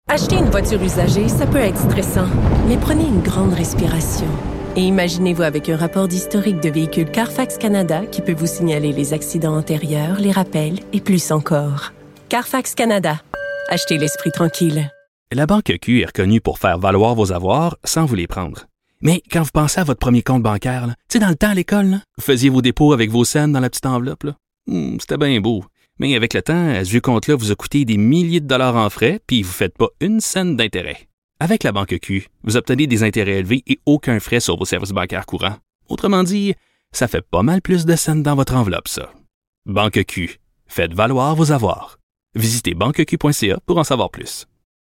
Acheter une voiture usagée, ça peut être stressant, mais prenez une grande respiration. Et imaginez-vous avec un rapport d'historique de véhicule Carfax Canada qui peut vous signaler les accidents antérieurs, les rappels et plus encore. Carfax Canada. Achetez l'esprit tranquille. La Banque Q est reconnue pour faire valoir vos avoirs sans vous les prendre. Mais quand vous pensez à votre premier compte bancaire, tu sais, dans le temps à l'école, là, vous faisiez vos dépôts avec vos scènes dans la petite enveloppe. Là. C'était bien beau. Mais avec le temps, ce vieux compte-là vous a coûté des milliers de dollars en frais, puis vous ne faites pas une scène d'intérêt. Avec la Banque Q, vous obtenez des intérêts élevés et aucun frais sur vos services bancaires courants. Autrement dit, ça fait pas mal plus de scènes dans votre enveloppe, ça. Banque Q. Faites valoir vos avoirs. Visitez banqueq.ca pour en savoir plus.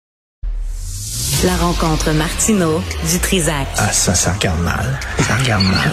La rencontre Martineau du Trizac. Ah, ça regarde mal. Ça regarde mal.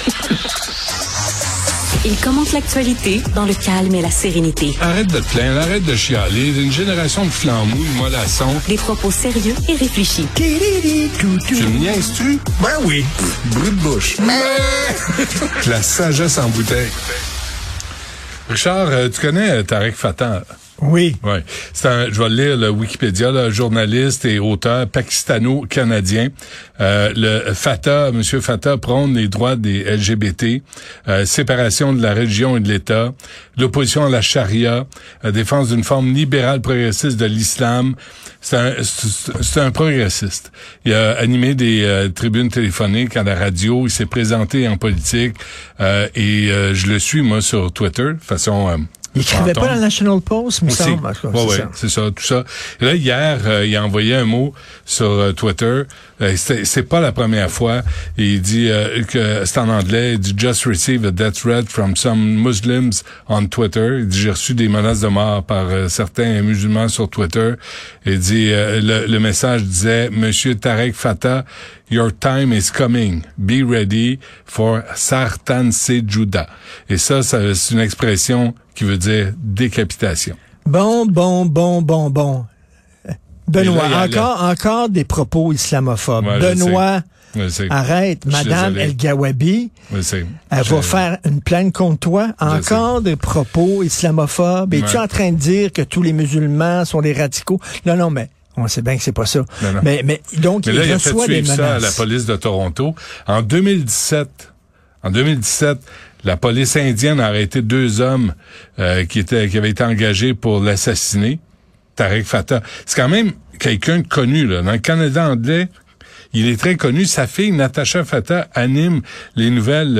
Il commente l'actualité dans le calme et la sérénité. Arrête de te plaindre, arrête de chialer. Une génération de flambous, de mollassons. Des propos sérieux et réfléchis. Tu me niaises-tu? Ben oui. Bruit de bouche. La sagesse en bouteille. Richard, tu connais Tarek Fatah? Oui. Oui. Je vais lire le Wikipédia, là, journaliste et auteur pakistano-canadien. Monsieur Fatah prône les droits des LGBT, séparation de la religion et de l'État, l'opposition à la charia, défense d'une forme libérale progressiste de l'islam. C'est un progressiste. Il a animé des tribunes téléphoniques à la radio. Il s'est présenté en politique et je le suis, moi, sur Twitter, de façon... Il écrivait pas dans le National Post, mais ça. Oui, c'est ça, tout ça. Et là, hier, il a envoyé un mot sur Twitter. C'est pas la première fois. Il dit que c'est en anglais. Il dit "Just received a death threat from some Muslims on Twitter." Il dit "J'ai reçu des menaces de mort par certains musulmans sur Twitter." Il dit le message disait "Monsieur Tarek Fatah, your time is coming. Be ready for Sartan Sejuda." Et ça, c'est une expression qui veut dire décapitation. Bon. Benoît, encore des propos islamophobes. Ouais, Benoît, arrête. Madame El Gawabi, elle va faire une plainte contre toi. Encore des propos islamophobes. Es-tu en train de dire que tous les musulmans sont des radicaux? Non, mais on sait bien que c'est pas ça. Non. Mais donc, mais là, il reçoit des menaces. Ça à la police de Toronto. En 2017, la police indienne a arrêté 2 hommes qui avaient été engagés pour l'assassiner. Tarek Fatah. C'est quand même quelqu'un de connu, là. Dans le Canada anglais, il est très connu. Sa fille, Natasha Fatah, anime les nouvelles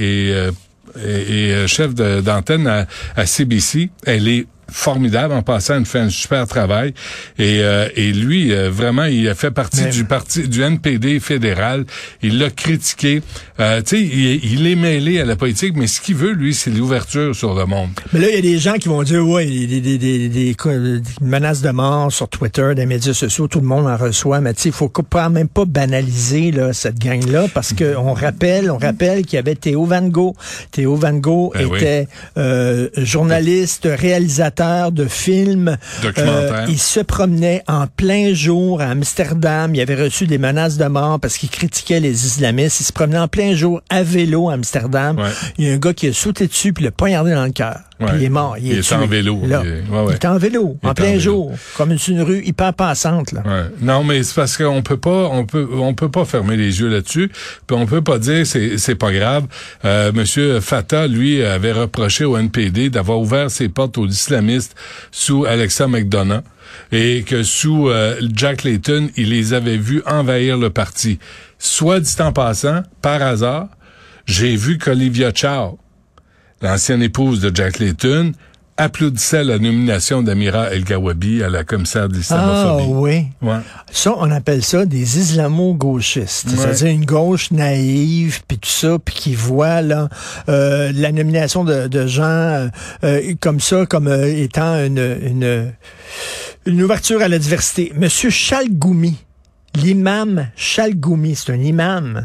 et chef d'antenne à CBC. Elle est formidable en passant, elle fait un super travail et lui vraiment il a fait partie du NPD fédéral, il l'a critiqué, tu sais il est mêlé à la politique, mais ce qu'il veut lui c'est l'ouverture sur le monde. Mais là il y a des gens qui vont dire ouais des menaces de mort sur Twitter, des médias sociaux, tout le monde en reçoit, mais tu sais il faut quand même pas banaliser là cette gang là parce que on rappelle qu'il y avait Théo Van Gogh était journaliste, réalisateur de films. Il se promenait en plein jour à Amsterdam. Il avait reçu des menaces de mort parce qu'il critiquait les islamistes. Il se promenait en plein jour à vélo à Amsterdam. Ouais. Il y a un gars qui a sauté dessus puis l'a poignardé dans le cœur. Puis il est mort. Il est en vélo. Il est en vélo, en plein jour. Comme une rue hyper passante, là. Ouais. Non, mais c'est parce qu'on peut pas fermer les yeux là-dessus. Puis on peut pas dire c'est pas grave. Monsieur Fatah, lui, avait reproché au NPD d'avoir ouvert ses portes aux islamistes sous Alexa McDonough et que sous Jack Layton, il les avait vus envahir le parti. Soit dit en passant, par hasard, j'ai vu qu'Olivia Chow, l'ancienne épouse de Jack Layton, applaudissait la nomination d'Amira El Gawabi à la commissaire de l'islamophobie. Ah oui. Ouais. Ça, on appelle ça des islamo-gauchistes. Ouais. C'est-à-dire une gauche naïve, puis tout ça, puis qui voit là la nomination de gens comme ça, comme étant une ouverture à la diversité. Monsieur Chalgoumi, l'imam Chalgoumi, c'est un imam.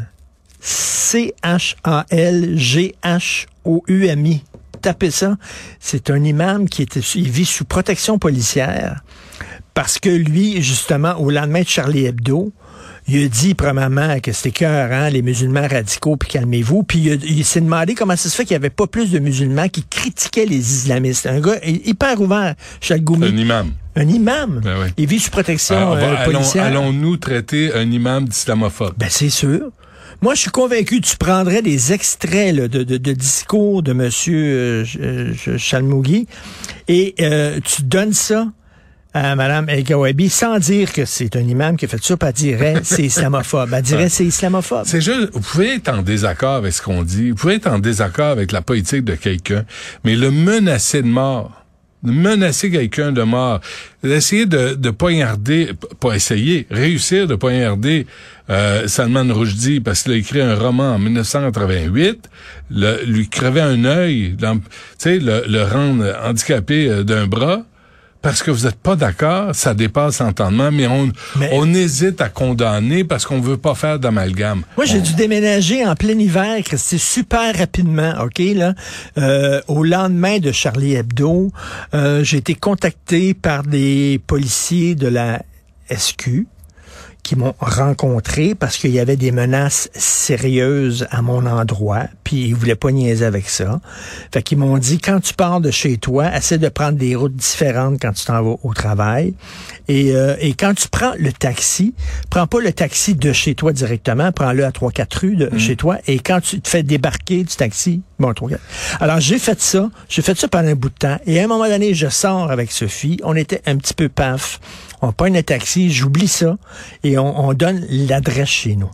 Chalghoumi. Tapez ça. C'est un imam il vit sous protection policière parce que lui, justement, au lendemain de Charlie Hebdo, il a dit premièrement que c'était écœurant, les musulmans radicaux, puis calmez-vous. Puis il s'est demandé comment ça se fait qu'il n'y avait pas plus de musulmans qui critiquaient les islamistes. Un gars hyper ouvert, Chalgoumi. Un imam. Un imam. Ben oui. Il vit sous protection policière. Allons-nous traiter un imam d'islamophobe? Ben c'est sûr. Moi, je suis convaincu que tu prendrais des extraits là, de discours de M. Chalmougui et tu donnes ça à Mme El-Gawabi sans dire que c'est un imam qui a fait ça, puis elle dirait c'est islamophobe. Elle dirait c'est islamophobe. C'est juste, vous pouvez être en désaccord avec ce qu'on dit, vous pouvez être en désaccord avec la politique de quelqu'un, mais le menacer de mort, menacer quelqu'un de mort, essayer de poignarder, pas essayer, réussir de poignarder Salman Rushdie parce qu'il a écrit un roman en 1988, lui crever un œil, tu sais, le rendre handicapé d'un bras. Parce que vous n'êtes pas d'accord, ça dépasse l'entendement, mais on hésite à condamner parce qu'on veut pas faire d'amalgame. Moi, j'ai dû déménager en plein hiver, Christy, super rapidement, OK, là. Au lendemain de Charlie Hebdo, j'ai été contacté par des policiers de la SQ qui m'ont rencontré parce qu'il y avait des menaces sérieuses à mon endroit, puis ils voulaient pas niaiser avec ça. Fait qu'ils m'ont dit, quand tu pars de chez toi, essaie de prendre des routes différentes quand tu t'en vas au travail. Et quand tu prends le taxi, prends pas le taxi de chez toi directement, prends-le à 3-4 rues de chez toi, et quand tu te fais débarquer du taxi, bon, 3-4. Alors, j'ai fait ça pendant un bout de temps, et à un moment donné, je sors avec Sophie, on était un petit peu paf. On prend un taxi, j'oublie ça, et on donne l'adresse chez nous.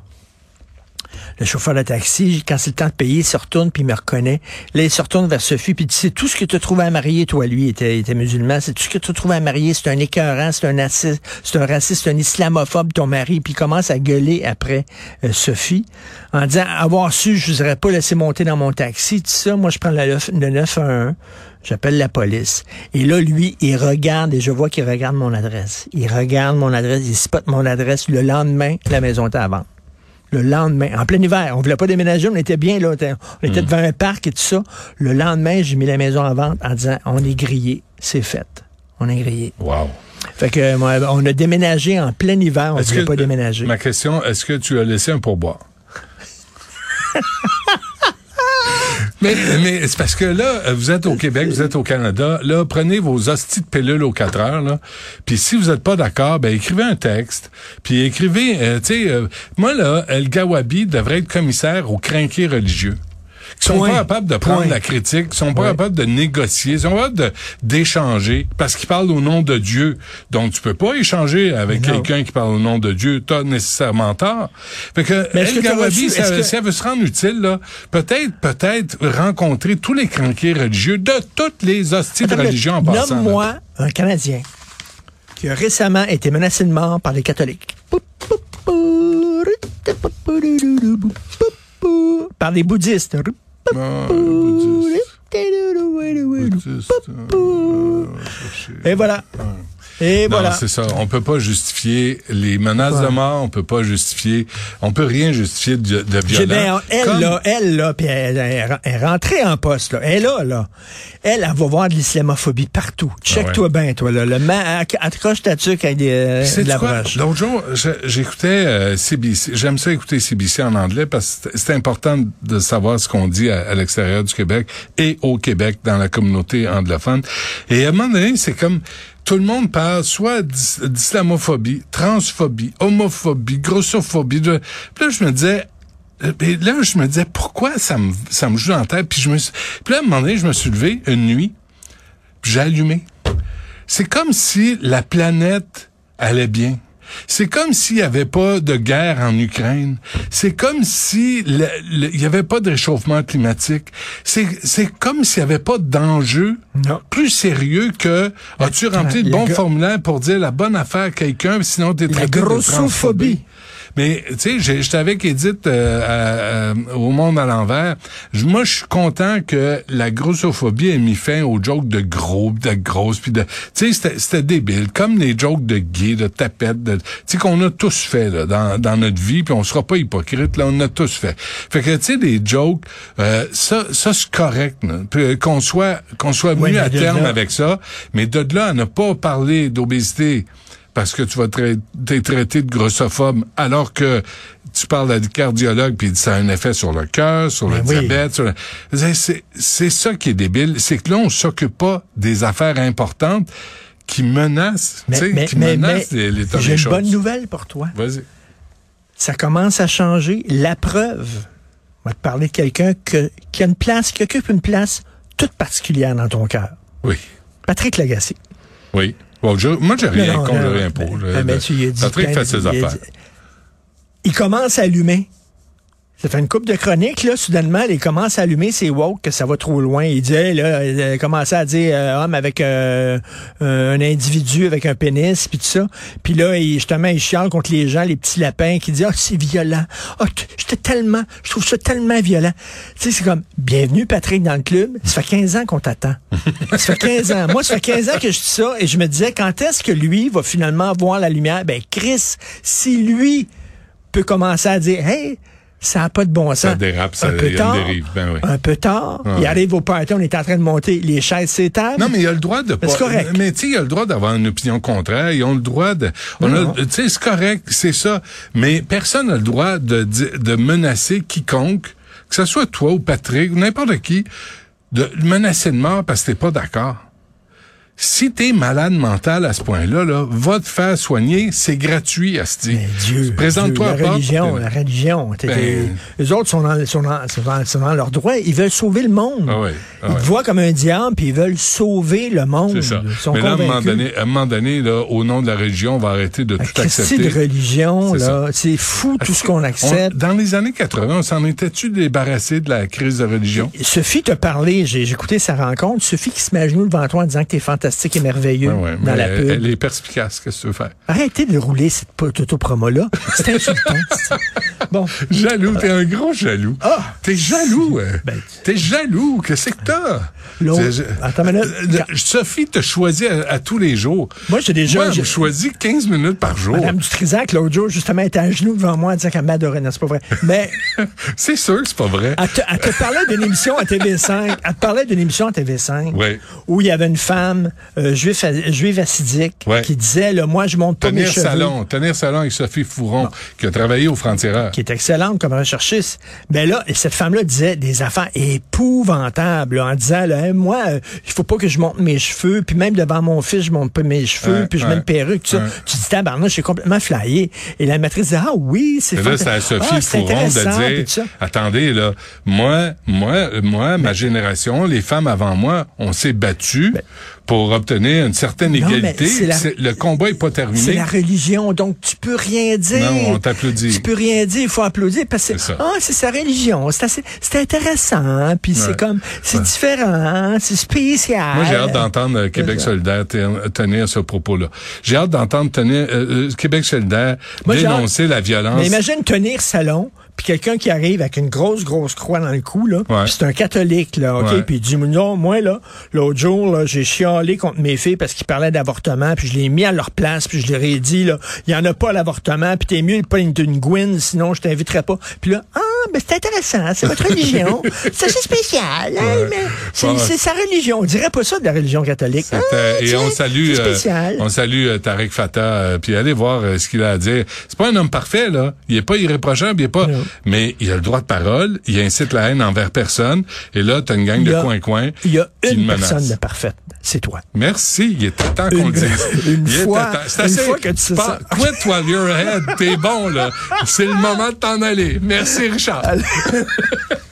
Le chauffeur de taxi, quand c'est le temps de payer, il se retourne puis il me reconnaît. Là, il se retourne vers Sophie puis il dit, c'est tout ce que tu as trouvé à marier, toi, lui, était musulman, c'est tout ce que tu as trouvé à marier, c'est un écœurant, c'est un raciste, c'est un islamophobe, ton mari. Puis il commence à gueuler après Sophie en disant, avoir su, je vous aurais pas laissé monter dans mon taxi, tout ça. Moi, je prends le 911. J'appelle la police. Et là, lui, il regarde, et je vois qu'il regarde mon adresse. Il regarde mon adresse, il spot mon adresse. Le lendemain, la maison était à vendre. Le lendemain, en plein hiver. On voulait pas déménager, on était bien là. On était devant un parc et tout ça. Le lendemain, j'ai mis la maison à vente en disant, on est grillé. C'est fait. On est grillé. Wow. Fait que, on a déménagé en plein hiver. On ne voulait pas déménager. Ma question, est-ce que tu as laissé un pourboire? Mais c'est parce que là, vous êtes au Québec, vous êtes au Canada, là, prenez vos hosties de pilules aux 4 heures, là, puis si vous êtes pas d'accord, ben écrivez un texte, puis écrivez, moi là, El-Gawabi devrait être commissaire aux crinqués religieux. Qui sont pas capables de prendre la critique, qui sont pas capables de négocier, qui sont pas capables d'échanger, parce qu'ils parlent au nom de Dieu. Donc, tu peux pas échanger avec quelqu'un qui parle au nom de Dieu. T'as nécessairement tort. Fait que, El-Gawabi, si elle veut se rendre utile, là, peut-être rencontrer tous les crinqués religieux de toutes les hosties de religion en passant. Nomme-moi un Canadien qui a récemment été menacé de mort par les catholiques. Par les bouddhistes. Et voilà. Et non, voilà. c'est ça. On peut pas justifier les menaces de mort. On peut rien justifier de violence. Elle, puis elle est rentrée en poste, là. Elle va voir de l'islamophobie partout. Check-toi bien, toi, là. Accroche ta tuque avec de la broche. L'autre jour, j'écoutais CBC. J'aime ça écouter CBC en anglais parce que c'est important de savoir ce qu'on dit à l'extérieur du Québec et au Québec dans la communauté anglophone. Et à un moment donné, c'est comme tout le monde parle soit d'islamophobie, transphobie, homophobie, grossophobie. Puis là, je me disais, pourquoi ça me joue dans la tête? Puis là, à un moment donné, je me suis levé une nuit, puis j'ai allumé. C'est comme si la planète allait bien. C'est comme s'il n'y avait pas de guerre en Ukraine. C'est comme si il n'y avait pas de réchauffement climatique. C'est comme s'il n'y avait pas d'enjeu plus sérieux que as-tu rempli le bon formulaire pour dire la bonne affaire à quelqu'un, sinon t'es traité de transphobie. Mais, tu sais, j'étais avec Edith au Monde à l'envers. Moi, je suis content que la grossophobie ait mis fin aux jokes de gros, de grosses, puis de... Tu sais, c'était débile. Comme les jokes de gays, de tapettes, tu sais, qu'on a tous fait là, dans notre vie, puis on sera pas hypocrite, là, on a tous fait. Fait que, tu sais, des jokes, ça c'est correct, là. Puis, qu'on soit venu à terme avec ça, mais de là à ne pas parler d'obésité, parce que tu vas t'es traité de grossophobe, alors que tu parles à des cardiologues puis ça a un effet sur le cœur, sur le diabète. C'est ça qui est débile. C'est que là, on s'occupe pas des affaires importantes qui menacent, l'état des choses. J'ai une bonne nouvelle pour toi. Vas-y. Ça commence à changer. La preuve, on va te parler de quelqu'un qui occupe une place toute particulière dans ton cœur. Oui. Patrick Lagacé. Oui. Bon, moi, j'ai rien contre le rien pour. Patrick fait ses affaires. Il commence à allumer. Ça fait une couple de chroniques, là, soudainement, il commence à allumer ses woke, que ça va trop loin. Il dit, là, il a commencé à dire homme avec un individu avec un pénis, puis tout ça. Puis là, il chiale contre les gens, les petits lapins, qui disent, c'est violent. Je trouve ça tellement violent. Tu sais, c'est comme, bienvenue Patrick dans le club. Ça fait 15 ans qu'on t'attend. Ça fait 15 ans. Moi, ça fait 15 ans que je dis ça, et je me disais, quand est-ce que lui va finalement voir la lumière? Ben, Chris, si lui peut commencer à dire, hey, ça n'a pas de bon sens. Ça dérape, ça y a une dérive. Ben oui. Un peu tard, il arrive au party, on est en train de monter les chaises, ces tables. Non, mais il a le droit de pas. C'est correct. Mais tu sais, il a le droit d'avoir une opinion contraire. Ils ont le droit de. Tu sais, c'est correct, c'est ça. Mais personne n'a le droit de menacer quiconque, que ce soit toi ou Patrick ou n'importe qui, de menacer de mort parce que t'es pas d'accord. Si t'es malade mental à ce point-là, va te faire soigner, c'est gratuit, asti. Présente-toi à porte. La religion. Les autres sont dans leur droit. Ils veulent sauver le monde. Ils te voient comme un diable, puis ils veulent sauver le monde. C'est ça. Ils sont mais là, convaincus. à un moment donné, au nom de la religion, on va arrêter de tout accepter. C'est de religion, là. C'est fou tout ce qu'on accepte. Dans les années 80, on s'en était-tu débarrassé de la crise de religion? Sophie t'a parlé, j'ai écouté sa rencontre. Sophie qui se met à genoux devant toi en disant que t'es fantastique et merveilleux dans la pub. Elle est perspicace, qu'est-ce que tu veux faire? Arrêtez de rouler cette autopromo-là. C'est insultant. Bon. Jaloux, t'es un gros jaloux. T'es jaloux. T'es jaloux. Qu'est-ce que t'as? Attends, Sophie te choisit à tous les jours. Moi, j'ai choisi 15 minutes par jour. Madame Dutrisac, l'autre jour, justement, était à genoux devant moi en disant qu'elle m'adorait. Non, c'est pas vrai. Mais. C'est sûr que c'est pas vrai. Elle te parlait d'une émission à TV5. Elle te parlait d'une émission à TV5. Oui. Où il y avait une femme juive assidique qui disait, moi, je monte pas mes cheveux. Tenir salon avec Sophie Fouron, qui a travaillé au Frontières. Qui est excellente comme recherchiste. Ben là, cette femme-là disait des affaires épouvantables, en disant, moi, il faut pas que je monte mes cheveux, puis même devant mon fils, je monte pas mes cheveux, puis je mets une perruque, tout ça. Tu dis, tabarnak, je suis complètement flyé. Et la maîtresse disait, oui, c'est fantastique. Là, c'est à Sophie Fouron de dire, attendez, là, moi, ma génération, les femmes avant moi, on s'est battu pour obtenir une certaine égalité. Le combat est pas terminé. C'est la religion, donc tu peux rien dire. Non, on t'applaudit. Tu peux rien dire, il faut applaudir parce que c'est sa religion, c'est intéressant, puis c'est différent, c'est spécial. Moi, j'ai hâte d'entendre Québec solidaire tenir ce propos-là. J'ai hâte d'entendre Québec solidaire dénoncer la violence. Mais imagine tenir salon, puis quelqu'un qui arrive avec une grosse croix dans le cou, là, puis c'est un catholique, là, OK? Puis il dit, non, moi, là, l'autre jour, là, j'ai chialé contre mes filles parce qu'ils parlaient d'avortement, puis je l'ai mis à leur place, puis je leur ai dit, là, il y en a pas l'avortement, puis t'es mieux de pas une Gwyn, sinon je t'inviterais pas. Puis là, c'est intéressant, c'est votre religion, c'est assez spécial, mais c'est sa religion. On dirait pas ça de la religion catholique. Et on salue Tariq Fatah, puis allez voir ce qu'il a à dire. C'est pas un homme parfait, là. Il est pas irréprochable, il est pas... Mais il a le droit de parole, il incite la haine envers personne, et là, t'as une gang de coin-coin qui il y a une menace. Personne de parfaite, c'est toi. Merci, il était temps qu'on le dise. Une fois que tu sais ça. Quit while you're ahead, t'es bon, là. C'est le moment de t'en aller. Merci, Richard.